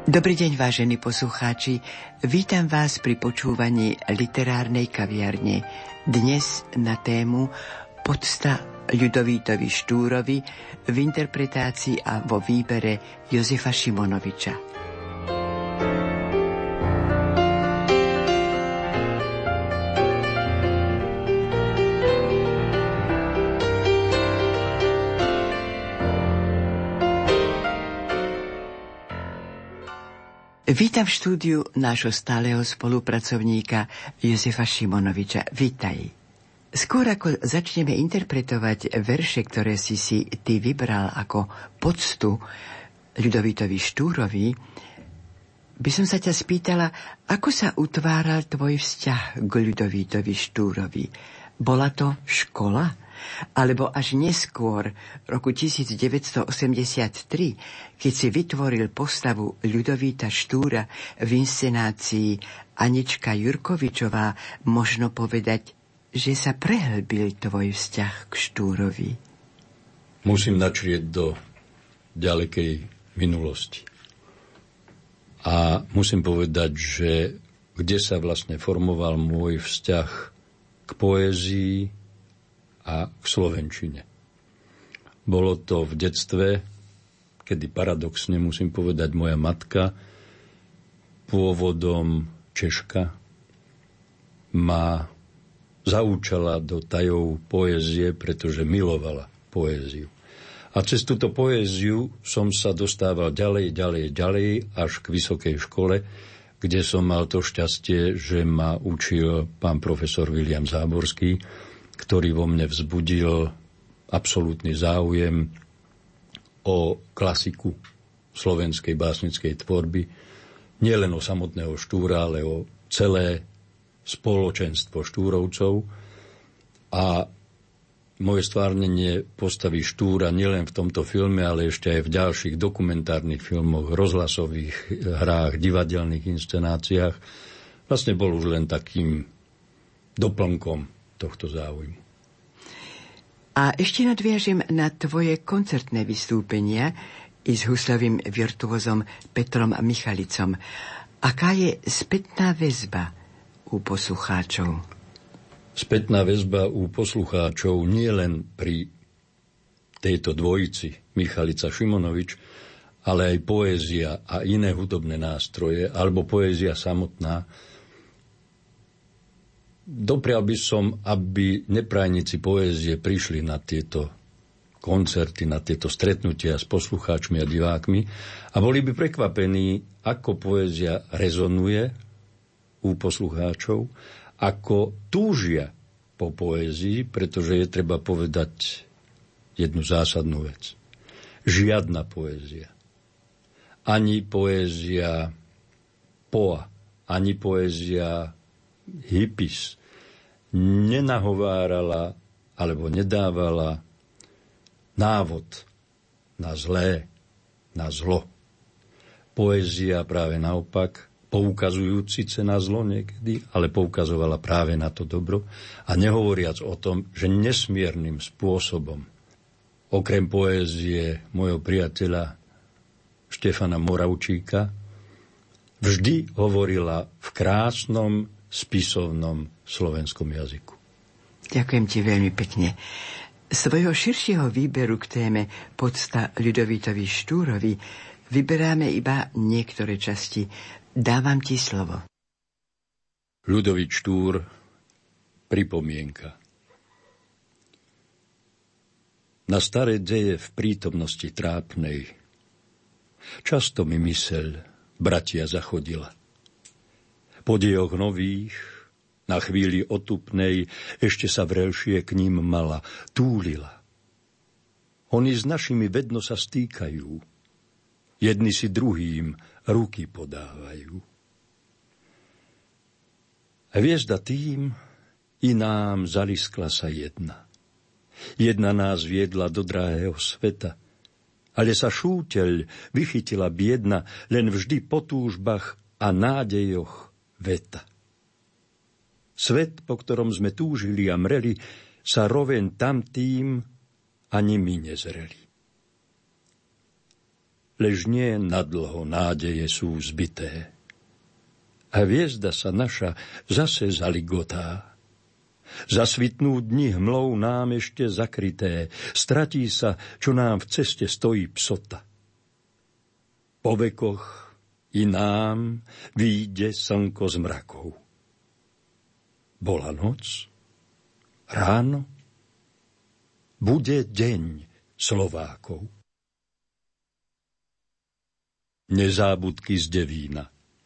Dobrý deň, vážení poslucháči. Vítam vás pri počúvaní literárnej kaviarne. Dnes na tému Podsta Ľudovítovi Štúrovi v interpretácii a vo výbere Jozefa Šimonoviča. Vítam v štúdiu nášho stáleho spolupracovníka Jozefa Šimonoviča. Vítaj. Skôr ako začneme interpretovať verše, ktoré si ty vybral ako poctu Ľudovítovi Štúrovi, by som sa ťa spýtala, ako sa utváral tvoj vzťah k Ľudovítovi Štúrovi. Bola to škola? Alebo až neskôr, roku 1983, keď si vytvoril postavu Ľudovíta Štúra v inscenácii Anička Jurkovičová, možno povedať, že sa prehlbil tvoj vzťah k Štúrovi? Musím načrieť do ďalekej minulosti. A musím povedať, že kde sa vlastne formoval môj vzťah k poézii a k slovenčine. Bolo to v detstve, kedy paradoxne musím povedať, moja matka, pôvodom Češka, ma zaúčala do tajov poézie, pretože milovala poéziu. A cez túto poéziu som sa dostával ďalej, až k vysokej škole, kde som mal to šťastie, že ma učil pán profesor Viliam Záborský, ktorý vo mne vzbudil absolútny záujem o klasiku slovenskej básnickej tvorby. Nie len o samotného Štúra, ale o celé spoločenstvo Štúrovcov. A moje stvárnenie postavy Štúra nielen v tomto filme, ale ešte aj v ďalších dokumentárnych filmoch, rozhlasových hrách, divadelných inscenáciách vlastne bol už len takým doplnkom tohto záujmu. A ešte nadviažem na tvoje koncertné vystúpenia i s huslovým virtuózom Petrom Michalicom. Aká je spätná väzba u poslucháčov? Spätná väzba u poslucháčov nie len pri tejto dvojici Michalica Šimonovič, ale aj poézia a iné hudobné nástroje, alebo poézia samotná. Doprial by som, aby neprajníci poézie prišli na tieto koncerty, na tieto stretnutia s poslucháčmi a divákmi a boli by prekvapení, ako poézia rezonuje u poslucháčov, ako túžia po poézii, pretože je treba povedať jednu zásadnú vec. Žiadna poézia, ani poézia Poa, ani poézia Hippis nenahovárala alebo nedávala návod na zlé, na zlo. Poézia práve naopak, poukazujúc síce na zlo niekedy, ale poukazovala práve na to dobro a nehovoriac o tom, že nesmiernym spôsobom, okrem poézie môjho priateľa Štefana Moravčíka, vždy hovorila v krásnom spisovnom slovenskom jazyku. Ďakujem ti veľmi pekne. Z svojho širšieho výberu k téme Podsta Ľudovítovi Štúrovi vyberáme iba niektoré časti. Dávam ti slovo. Ľudovít Štúr, pripomienka. Na staré deje v prítomnosti trápnej často mi myseľ, bratia, zachodila. Po dejoch nových, na chvíli otupnej, ešte sa vrelšie k ním mala, túlila. Oni s našimi vedno sa stýkajú, jedni si druhým ruky podávajú. Hviezda tým i nám zaliskla sa jedna. Jedna nás viedla do drahého sveta, ale sa šúteľ vychytila biedna len vždy po túžbách a nádejoch veta. Svet, po ktorom sme túžili a mreli, sa roven tamtým ani my nezreli. lež nie nadlho nádeje sú zbité. A hviezda sa naša zase zaligotá. Zasvitnú dni hmlou nám ešte zakryté, stratí sa, čo nám v ceste stojí psota. Po vekoch i nám vyjde slnko z mrakov. Bola noc, ráno, bude deň Slovákov. Nezábudky z Devína.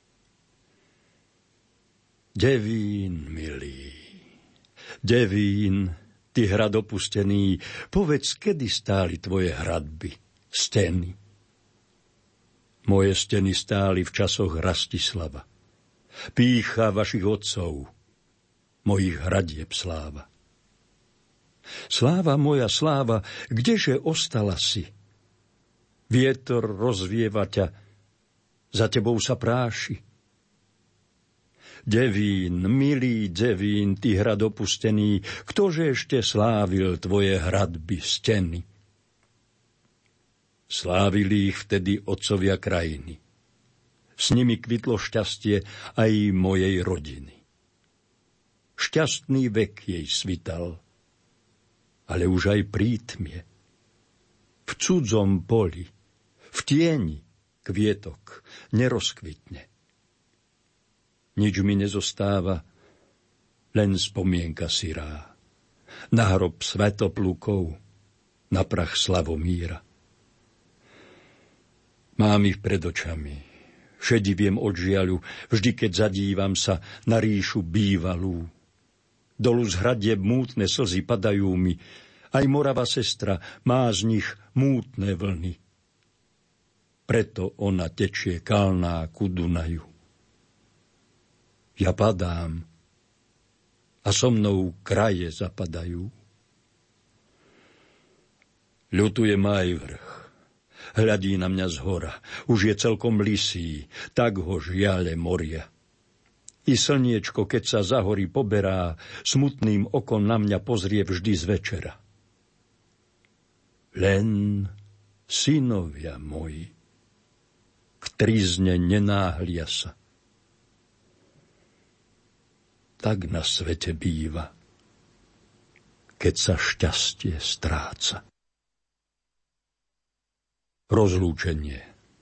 Devín, milý, Devín, ty hrad opustený, povedz, kedy stáli tvoje hradby, steny. Moje steny stáli v časoch Rastislava. Pýcha vašich otcov, mojich hradieb sláva. Sláva moja, sláva, kdeže ostala si? Vietor rozvieva ťa, za tebou sa práši. Devín, milý Devín, ty hrad opustený, ktože ešte slávil tvoje hradby, steny? Slávili ich vtedy otcovia krajiny. S nimi kvitlo šťastie aj mojej rodiny. Šťastný vek jej svital, ale už aj prítmie. V cudzom poli, v tieni kvietok nerozkvitne. Nič mi nezostáva, len spomienka sirá. Na hrob Svetoplukov, na prach Slavomíra. Mám ich pred očami, šediviem od žiaľu, vždy keď zadívam sa na ríšu bývalú. Dolu z hradieb mútne slzy padajú mi, aj Morava sestra má z nich mútne vlny. Preto ona tečie kalná ku Dunaju. Ja padám a so mnou kraje zapadajú. Ľutuje ma aj vrch. Hľadí na mňa zhora, už je celkom lisý, tak ho žiale moria. I slniečko, keď sa za hory poberá, smutným okom na mňa pozrie vždy z večera. Len synovia moji k trizne nenáhlia sa. Tak na svete býva, keď sa šťastie stráca. Rozlúčenie.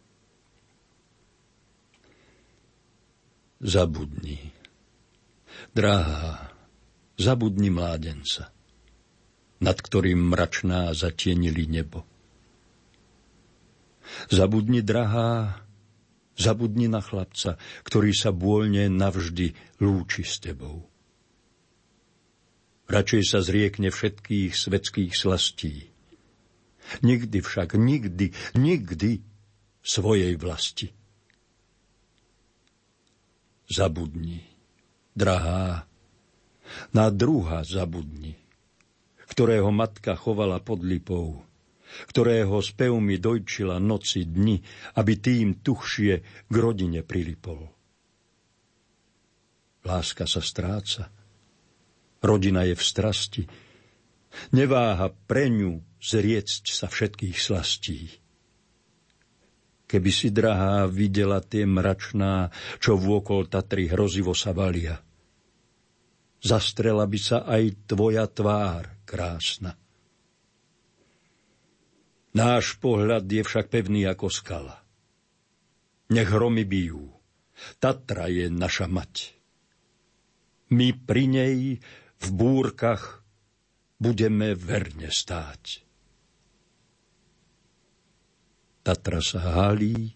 Zabudni, drahá, zabudni mládenca, nad ktorým mračná zatienili nebo. Zabudni, drahá, zabudni na chlapca, ktorý sa bôľne navždy lúči s tebou. Radšej sa zriekne všetkých svetských slastí. Nikdy však, nikdy svojej vlasti. Zabudni, drahá, na druha zabudni, ktorého matka chovala pod lipou, ktorého spevmi dojčila noci dni, aby tým tuchšie k rodine prilipol. Láska sa stráca, rodina je v strasti, neváha pre ňu zriecť sa všetkých slastí. Keby si, drahá, videla tie mračná, čo vôkol Tatry hrozivo sa valia, zastrela by sa aj tvoja tvár krásna. Náš pohľad je však pevný ako skala. Nech hromy bijú, Tatra je naša mať. My pri nej v búrkach budeme verne stáť. Tatra sa hálí,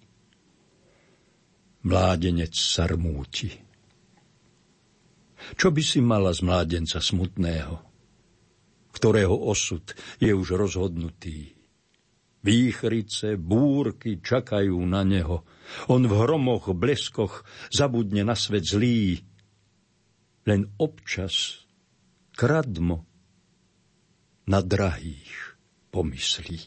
mládenec sa rmúti. Čo by si mala z mládenca smutného, ktorého osud je už rozhodnutý? Výchrice, búrky čakajú na neho. On v hromoch, bleskoch zabudne na svet zlý. Len občas kradmo na drahých pomyslí.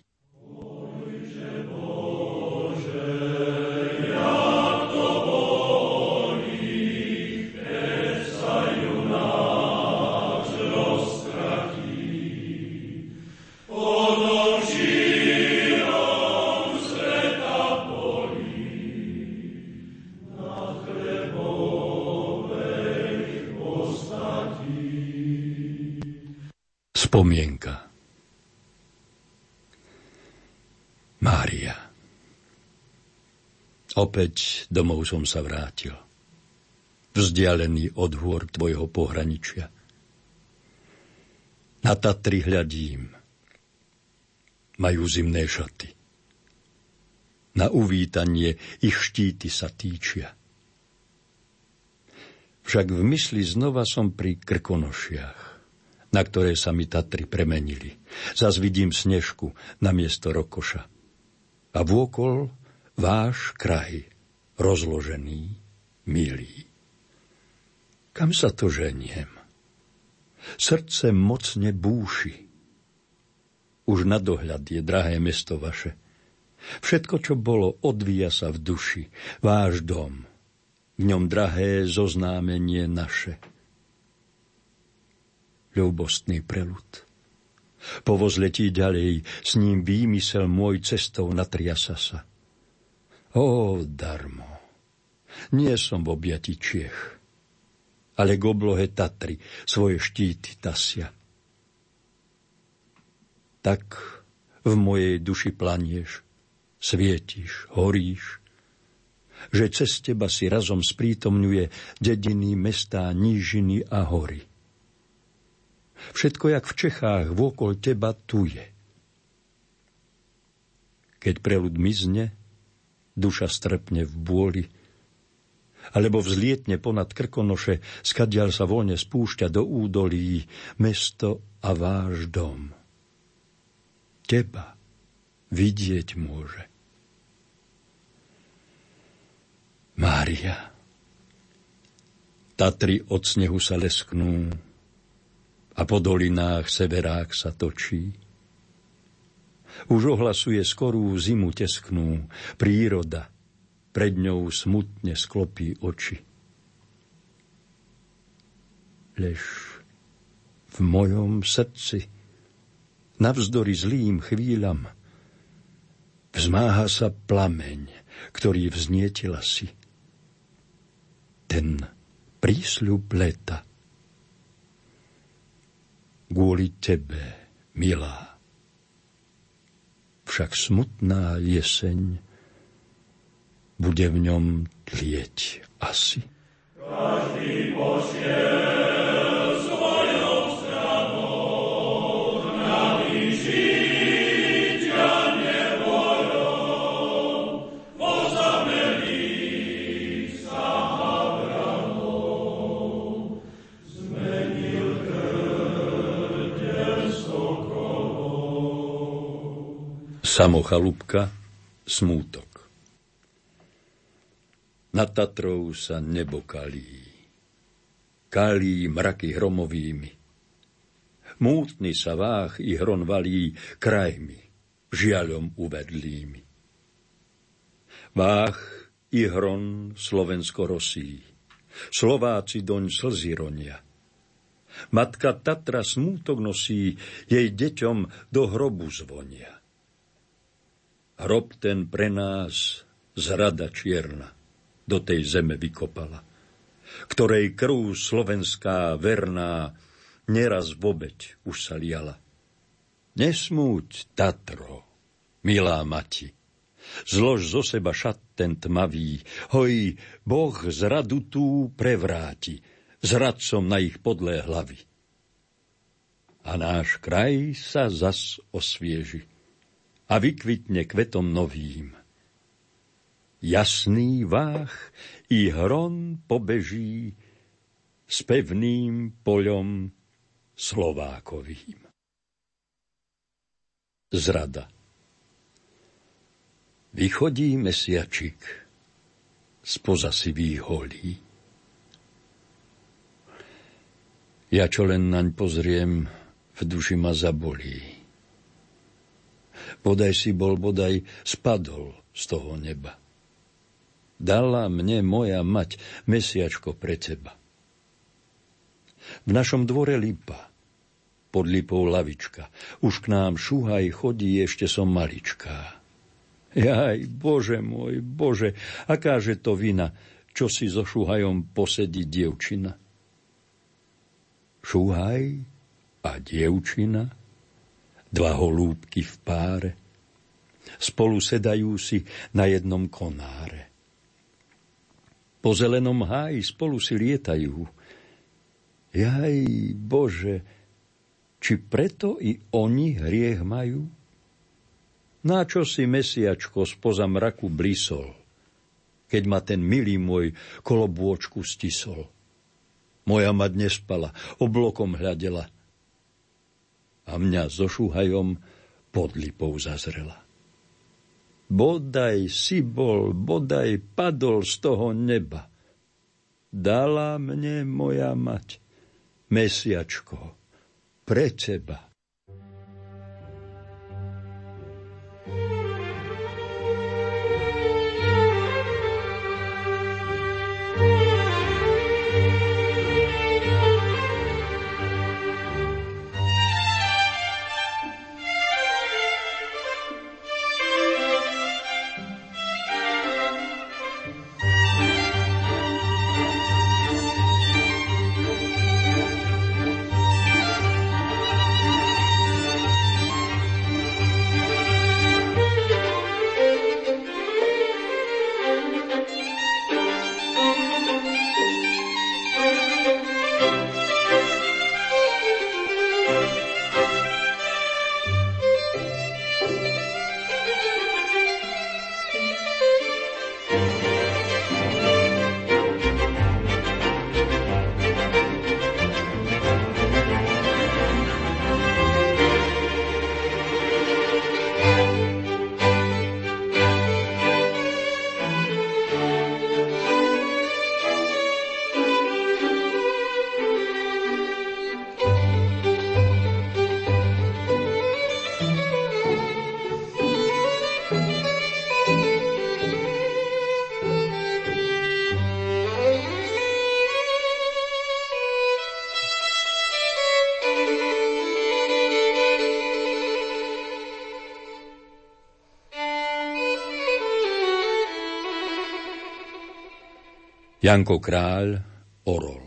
Spomienka. Mária. Opäť domov som sa vrátil. Vzdialený od hôr tvojho pohraničia. Na Tatry hľadím. Majú zimné šaty. Na uvítanie ich štíty sa týčia. Však v mysli znova som pri Krkonošiach, na ktoré sa mi Tatry premenili. Zas vidím Snežku namiesto Rokoša. A vôkol váš kraj, rozložený, milý. Kam sa to ženiem? Srdce mocne búši. Už na dohľad je drahé mesto vaše. Všetko, čo bolo, odvíja sa v duši. Váš dom, v ňom drahé zoznámenie naše. Ľúbostný prelud. Povoz letí ďalej, s ním výmysel môj cestou natriasa sa. Ó, darmo, nie som v objati Čiech, ale k oblohe Tatry svoje štíty tasia. Tak v mojej duši planieš, svietiš, horíš, že cez teba si razom sprítomňuje dediny, mestá, nížiny a hory. Všetko, jak v Čechách, vôkol teba tu je. Keď prelud mizne, duša strpne v bôli, alebo vzlietne ponad Krkonoše, skadiaľ sa voľne spúšťa do údolí mesto a váš dom. Teba vidieť môže. Mária. Tatry od snehu sa lesknú a po dolinách severák sa točí. Už ohlasuje skorú zimu tesknú, príroda pred ňou smutne sklopí oči. Lež v mojom srdci navzdory zlým chvíľam vzmáha sa plameň, ktorý vznietila si. Ten prísľub leta. Kvôli tebe, milá. Však smutná jeseň bude v ňom tlieť asi. Každý posiel svojou stranou navýšiť a nevolou osamelých sa Havranou zmenil krdeľ sokolou. Samochalúbka, smútok. Nad Tatrou sa nebo kalí. Kalí mraky hromovými. Mútny sa váh i hron valí krajmi, žiaľom uvedlými. Váh i hron Slovensko rosí. Slováci doň slzy ronia. Matka Tatra smútok nosí, jej deťom do hrobu zvonia. Hrob ten pre nás zrada čierna do tej zeme vykopala, ktorej krv slovenská verná neraz vobeť už sa liala. Nesmúť, Tatro, milá mati, zlož zo seba šat ten tmavý, hoj, Boh zradu tú prevráti, zradcom na ich podlé hlavy. A náš kraj sa zas osvieži a vykvitne kvetom novým. Jasný váh i hron pobeží s pevným poľom Slovákovým. Zrada. Vychodí mesiačik spoza sivých holí. Ja čo len naň pozriem, v duši ma zabolí. Bodaj si bol, bodaj spadol z toho neba. Dala mne moja mať mesiačko pre teba. V našom dvore lipa, pod lipou lavička, už k nám šúhaj chodí, ešte som maličká. Jaj, Bože môj, Bože, akáže to vina, čo si so šúhajom posedí dievčina. Šúhaj a dievčina, dva holúbky v páre, spolu sedajú si na jednom konáre. Po zelenom háji spolu si lietajú. Jaj, Bože, či preto i oni hriech majú? Načo si mesiačko spoza mraku blisol, keď ma ten milý môj kolobôčku stisol? Moja mať nespala, oblokom hľadela a mňa so šuhajom pod lipou zazrela. Bodaj si bol, bodaj padol z toho neba. Dala mne moja mať, mesiačko, pre teba. Janko Kráľ, orol.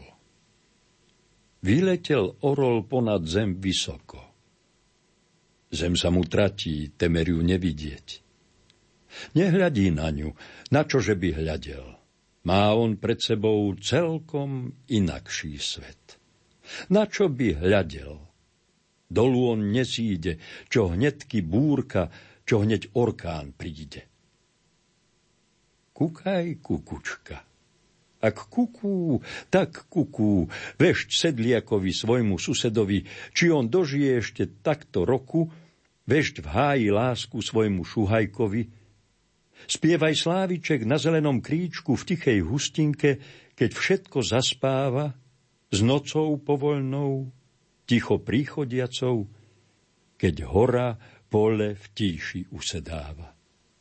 Vyletel orol ponad zem vysoko. Zem sa mu tratí, temer ju nevidieť. Nehľadí na ňu, na čože by hľadel. Má on pred sebou celkom inakší svet. Na čo by hľadel? Dolu on nesíde, čo hnedky búrka, čo hneď orkán príde. Kukaj, kukučka. Ak kukú, tak kukú, vešť sedliakovi svojmu susedovi, či on dožije ešte takto roku, vešť v háji lásku svojmu šuhajkovi. Spievaj sláviček na zelenom kríčku v tichej hustinke, keď všetko zaspáva, s nocou povoľnou, ticho príchodiacou, keď hora pole v tíši usedáva.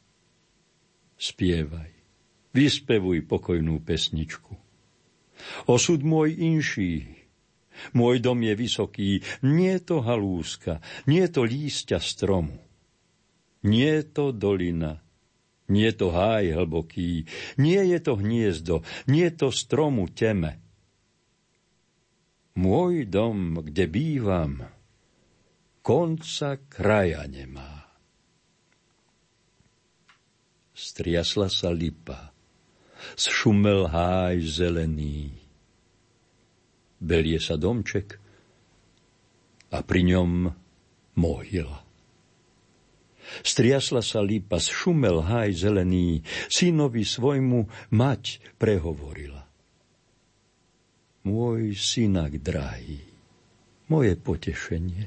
Spievaj. Vyspevuj pokojnú pesničku. Osud môj inší, môj dom je vysoký, nie to halúska, nie to lísťa stromu. Nie to dolina, nie to háj hlboký, nie je to hniezdo, nie to stromu teme. Môj dom, kde bývam, konca kraja nemá. Striasla sa lipa, zšumel háj zelený. Belie sa domček a pri ňom mohyla. Striasla sa lipa, zšumel háj zelený, synovi svojmu mať prehovorila. Môj synak drahý, moje potešenie.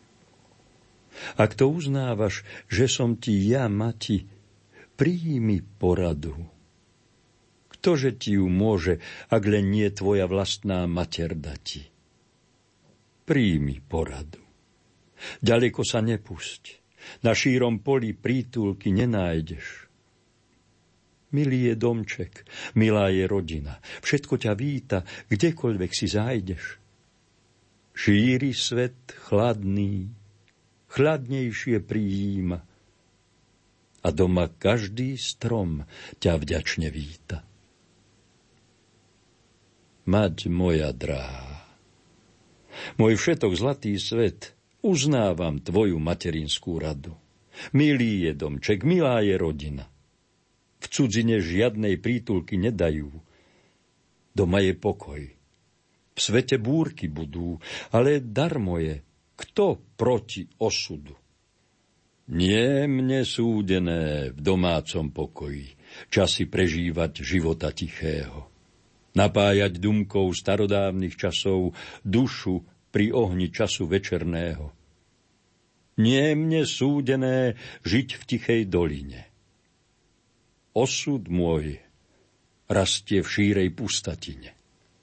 Ak to uznávaš, že som ti ja, mati, príjmi poradu. Ktože ti ju môže, ak len nie tvoja vlastná mater dati? Príjmi poradu. Ďaleko sa nepusť. Na šírom poli prítulky nenájdeš. Milý je domček, milá je rodina. Všetko ťa víta, kdekoľvek si zájdeš. Šíri svet chladný, chladnejšie prijíma. A doma každý strom ťa vďačne víta. Mať moja drahá, Môj všetok zlatý svet, uznávam tvoju materinskú radu. Milý je domček, milá je rodina. V cudzine žiadnej prítulky nedajú. Doma je pokoj. V svete búrky budú, ale darmo je. Kto proti osudu? Nie mne súdené v domácom pokoji časy prežívať života tichého. Napájať dumkou starodávnych časov dušu pri ohni času večerného. Nie mne súdené žiť v tichej doline. Osud môj rastie v šírej pustatine.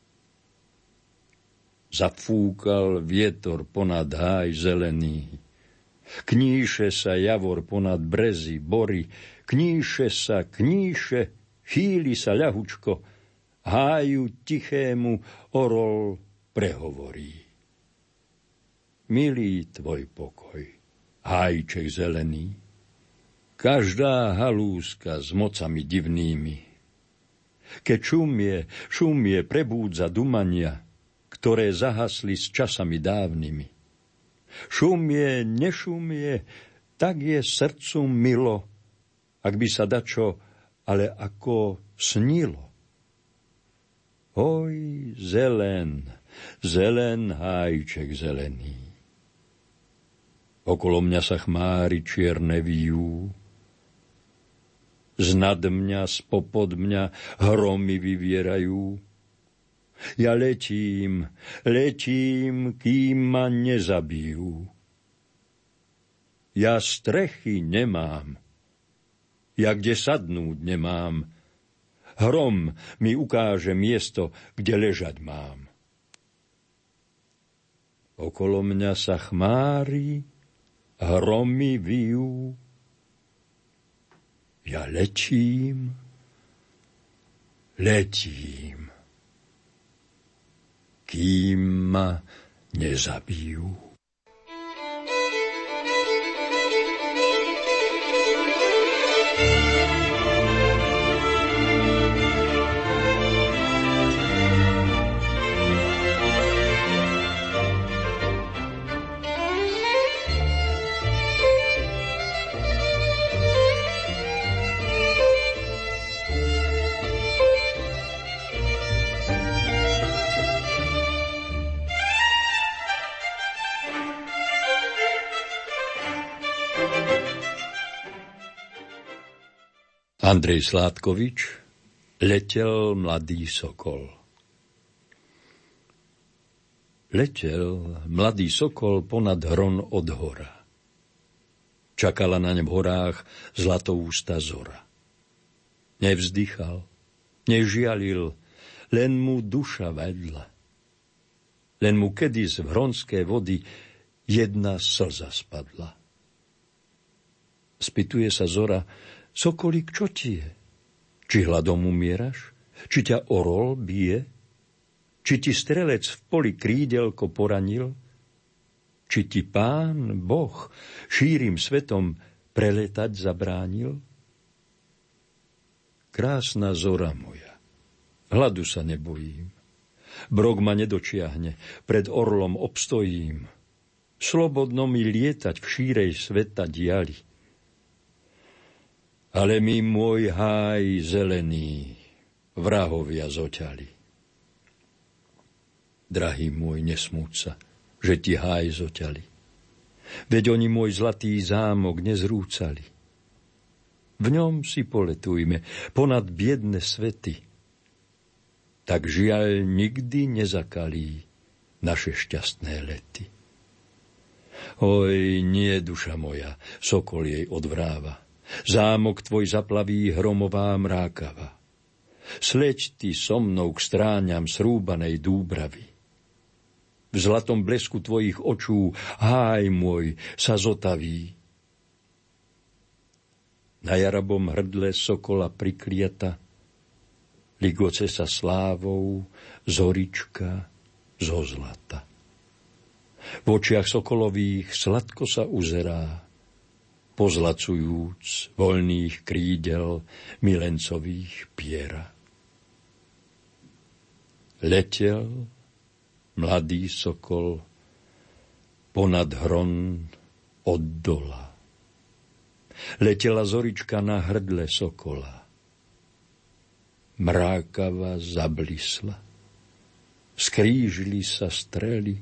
Zafúkal vietor ponad háj zelený. Kníše sa javor ponad brezy, bory. Kníše, chýli sa ľahučko. Háju tichému orol prehovorí. Milý tvoj pokoj, hájček zelený. Každá halúska s mocami divnými. Keď šumie prebúdza dumania, ktoré zahasli s časami dávnymi. Šumie, nešumie, tak je srdcu milo, ak by sa dačo, ale ako snilo. Oj, zelen hájček zelený. Okolo mňa sa chmáry čierne vijú, znad mňa, spopod mňa hromy vyvierajú. Ja letím, kým ma nezabijú. Ja strechy nemám, ja kde sadnúť nemám. Hrom mi ukáže miesto, kde ležať mám. Okolo mňa sa chmári, hromy vijú. Ja letím, kým ma nezabijú. Andrej Sládkovič, Letel mladý sokol. Letel mladý sokol ponad hron od hora. Čakala na ňom v horách zlatoústa zora. Nevzdychal, nežialil, len mu duša vedla. Len mu kedys v hronské vody jedna slza spadla. Spýtuje sa zora: Sokolík, čo ti je? Či hladom umieraš? Či ťa orol bije? Či ti strelec v poli krídelko poranil? Či ti Pán Boh šírim svetom preletať zabránil? Krásna zora moja, hladu sa nebojím. Brok ma nedočiahne, pred orlom obstojím. Slobodno mi lietať v šírej sveta diali. Ale mi môj háj zelený vrahovia zoťali. Drahý môj, nesmúť sa, že ti háj zoťali. Veď oni môj zlatý zámok nezrúcali. V ňom si poletujme ponad biedne svety. Tak žiaľ nikdy nezakalí naše šťastné lety. Oj, nie, duša moja, sokol jej odvráva. Zámok tvoj zaplaví hromová mrákava. Sleď ty so mnou k stráňam srúbanej dúbravy. V zlatom blesku tvojich očú háj môj sa zotaví. Na jarabom hrdle sokola prikliata ligoce sa slávou zorička zo zlata. V očiach sokolových sladko sa uzerá, pozlacujúc voľných krídel milencových piera. Letel mladý sokol ponad hron od dola. Letela zorička na hrdle sokola. Mrákava zablisla. Skrížili sa strely.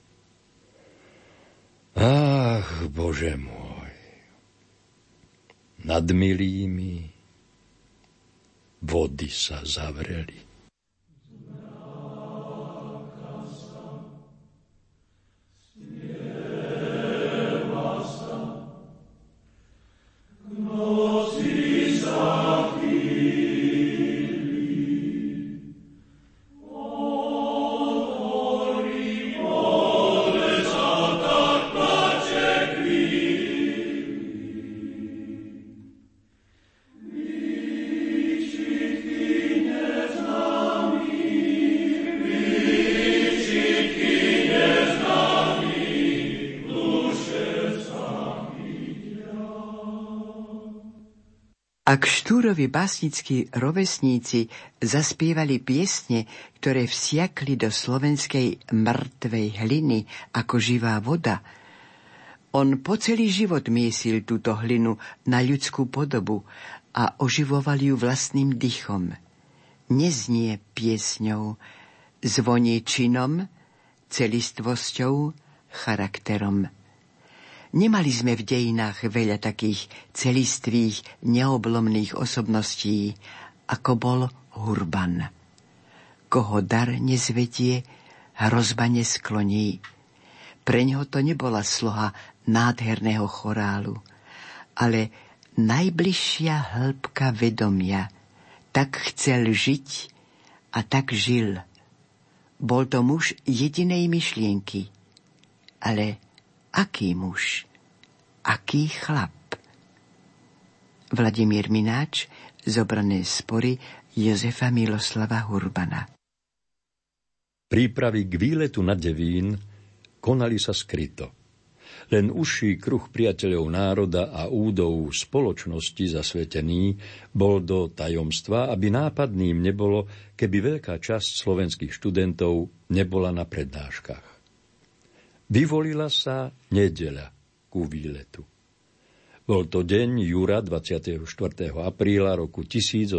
Ach, Bože môj, nad milými vody sa zavreli. Ak Štúrovi básnickí rovesníci zaspievali piesne, ktoré vsiakli do slovenskej mŕtvej hliny ako živá voda, on po celý život miesil túto hlinu na ľudskú podobu a oživoval ju vlastným dychom. Neznie piesňou, zvoní činom, celistvosťou, charakterom. Nemali sme v dejinách veľa takých celistvých, neoblomných osobností, ako bol Hurban. Koho dar nezvedie, hrozba neskloní. Preňho to nebola sloha nádherného chorálu, ale najbližšia hĺbka vedomia. Tak chcel žiť a tak žil. Bol to muž jedinej myšlienky, ale aký muž? Aký chlap? Vladimír Mináč, Zobrané spory Jozefa Miloslava Hurbana. Prípravy k výletu na Devín konali sa skryto. Len užší kruh priateľov národa a údov spoločnosti zasvetený bol do tajomstva, aby nápadným nebolo, keby veľká časť slovenských študentov nebola na prednáškach. Vyvolila sa nedeľa ku výletu. Bol to deň júra 24. apríla roku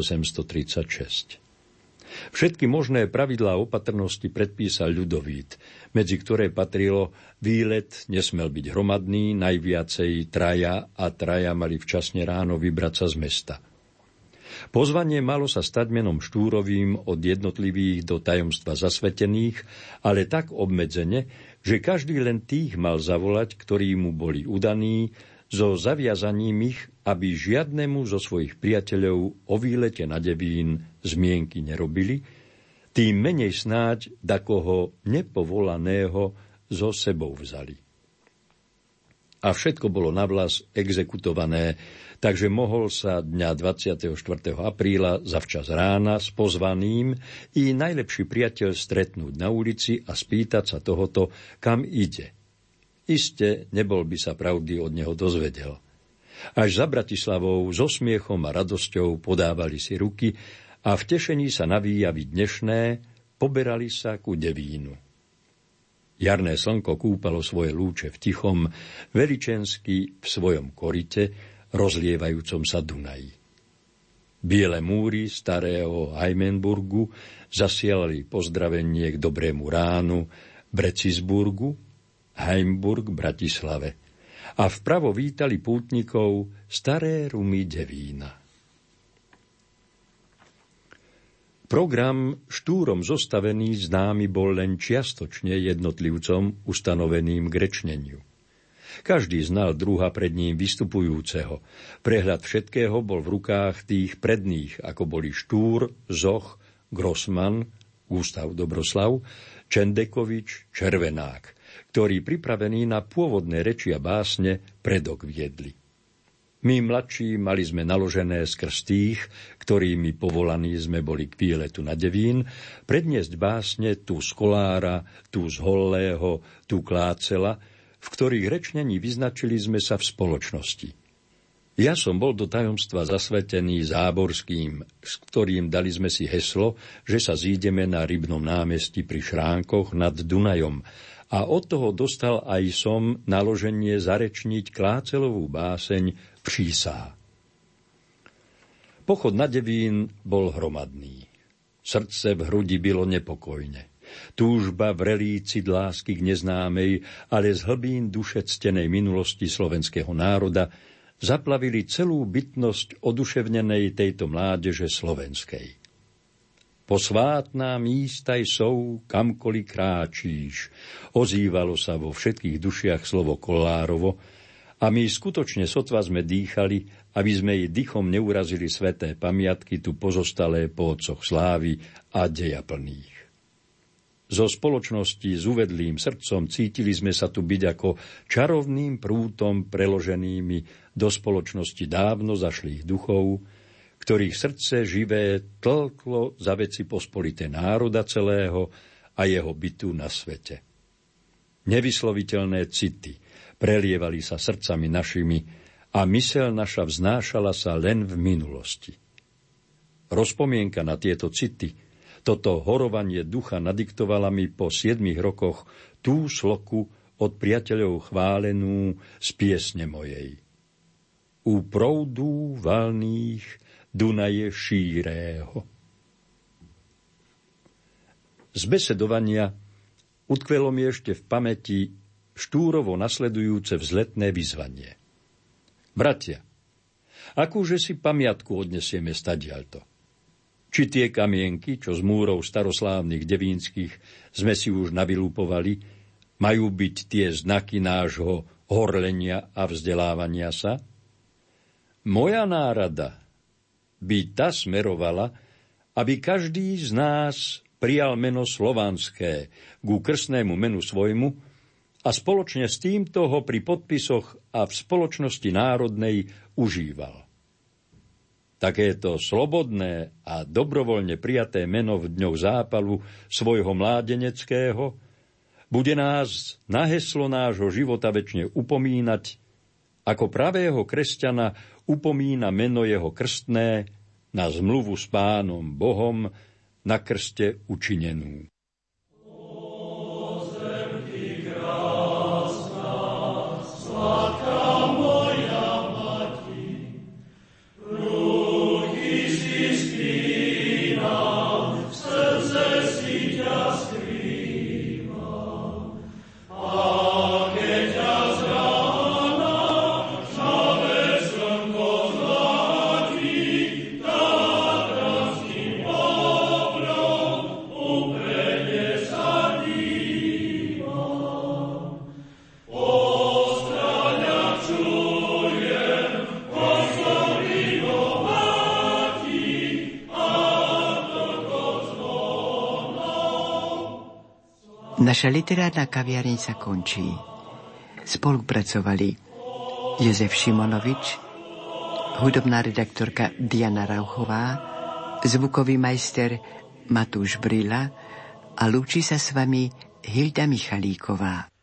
1836. Všetky možné pravidlá opatrnosti predpísal Ľudovít, medzi ktoré patrilo: výlet nesmel byť hromadný, najviacej traja a traja mali včasne ráno vybrať sa z mesta. Pozvanie malo sa stať menom Štúrovým od jednotlivých do tajomstva zasvetených, ale tak obmedzene, že každý len tých mal zavolať, ktorí mu boli udaní, so zaviazaním ich, aby žiadnemu zo svojich priateľov o výlete na Devín zmienky nerobili, tým menej snáď dakoho nepovolaného so sebou vzali. A všetko bolo navlas exekutované, takže mohol sa dňa 24. apríla zavčas rána s pozvaným i najlepší priateľ stretnúť na ulici a spýtať sa tohoto, kam ide. Iste nebol by sa pravdy od neho dozvedel. Až za Bratislavou so smiechom a radosťou podávali si ruky a v tešení sa na výjavy dnešné poberali sa ku Devínu. Jarné slnko kúpalo svoje lúče v tichom, veličensky v svojom korite, rozlievajúcom sa Dunaji. Biele múry starého Heimenburgu zasielali pozdravenie k dobrému ránu Brecisburgu, Heimburg Bratislave a vpravo vítali pútnikov staré rumy Devína. Program Štúrom zostavený známy bol len čiastočne jednotlivcom ustanoveným k rečneniu. Každý znal druha pred ním vystupujúceho. Prehľad všetkého bol v rukách tých predných, ako boli Štúr, Zoch, Grossman, Gustav Dobroslav, Čendekovič, Červenák, ktorí pripravení na pôvodné reči a básne predok viedli. My mladší mali sme naložené skrz tých, ktorými povolaní sme boli k výletu na Devín, predniesť básne tu z Kolára, tu z Hollého, tu Klácela, v ktorých rečnení vyznačili sme sa v spoločnosti. Ja som bol do tajomstva zasvetený Záborským, s ktorým dali sme si heslo, že sa zídeme na Rybnom námestí pri Šránkoch nad Dunajom A od toho dostal aj som naloženie zarečniť Klácelovú báseň Přísá. Pochod na Devín bol hromadný. Srdce v hrudi bylo nepokojne. Túžba vrelý cit lásky k neznámej, ale z hlbín duše ctenej minulosti slovenského národa zaplavili celú bytnosť oduševnenej tejto mládeže slovenskej. Posvátná místaj sú, kamkoliv kráčíš, ozývalo sa vo všetkých dušiach slovo Kollárovo a my skutočne sotva sme dýchali, aby sme jej dychom neurazili sveté pamiatky tu pozostalé po otcoch slávy a deja plných. Zo spoločnosti s uvedlým srdcom cítili sme sa tu byť ako čarovným prútom preloženými do spoločnosti dávno zašlých duchov, ktorých srdce živé tlklo za veci pospolité národa celého a jeho bytu na svete. Nevysloviteľné city prelievali sa srdcami našimi a myseľ naša vznášala sa len v minulosti. Rozpomienka na tieto city, toto horovanie ducha nadiktovala mi po 7 rokoch tú sloku od priateľov chválenú z piesne mojej. U proudu valných Dunaje šírého. Z besedovania utkvelo mi ešte v pamäti štúrovo nasledujúce vzletné vyzvanie. Bratia, akúže si pamiatku odnesieme stadiaľto? Či tie kamienky, čo z múrov staroslávnych devínskych sme si už navylúpovali, majú byť tie znaky nášho horlenia a vzdelávania sa? Moja nárada by tá smerovala, aby každý z nás prijal meno slovanské ku krstnému menu svojmu a spoločne s týmto ho pri podpisoch a v spoločnosti národnej užíval. Takéto slobodné a dobrovoľne prijaté meno v dňoch zápalu svojho mládeneckého bude nás na heslo nášho života večne upomínať, ako pravého kresťana upomína meno jeho krstné na zmluvu s Pánom Bohom na krste učinenú. Naša literárna kaviareň sa končí. Spolupracovali Jozef Šimonovič, hudobná redaktorka Diana Rauchová, zvukový majster Matúš Brila a lúči sa s vami Hilda Michalíková.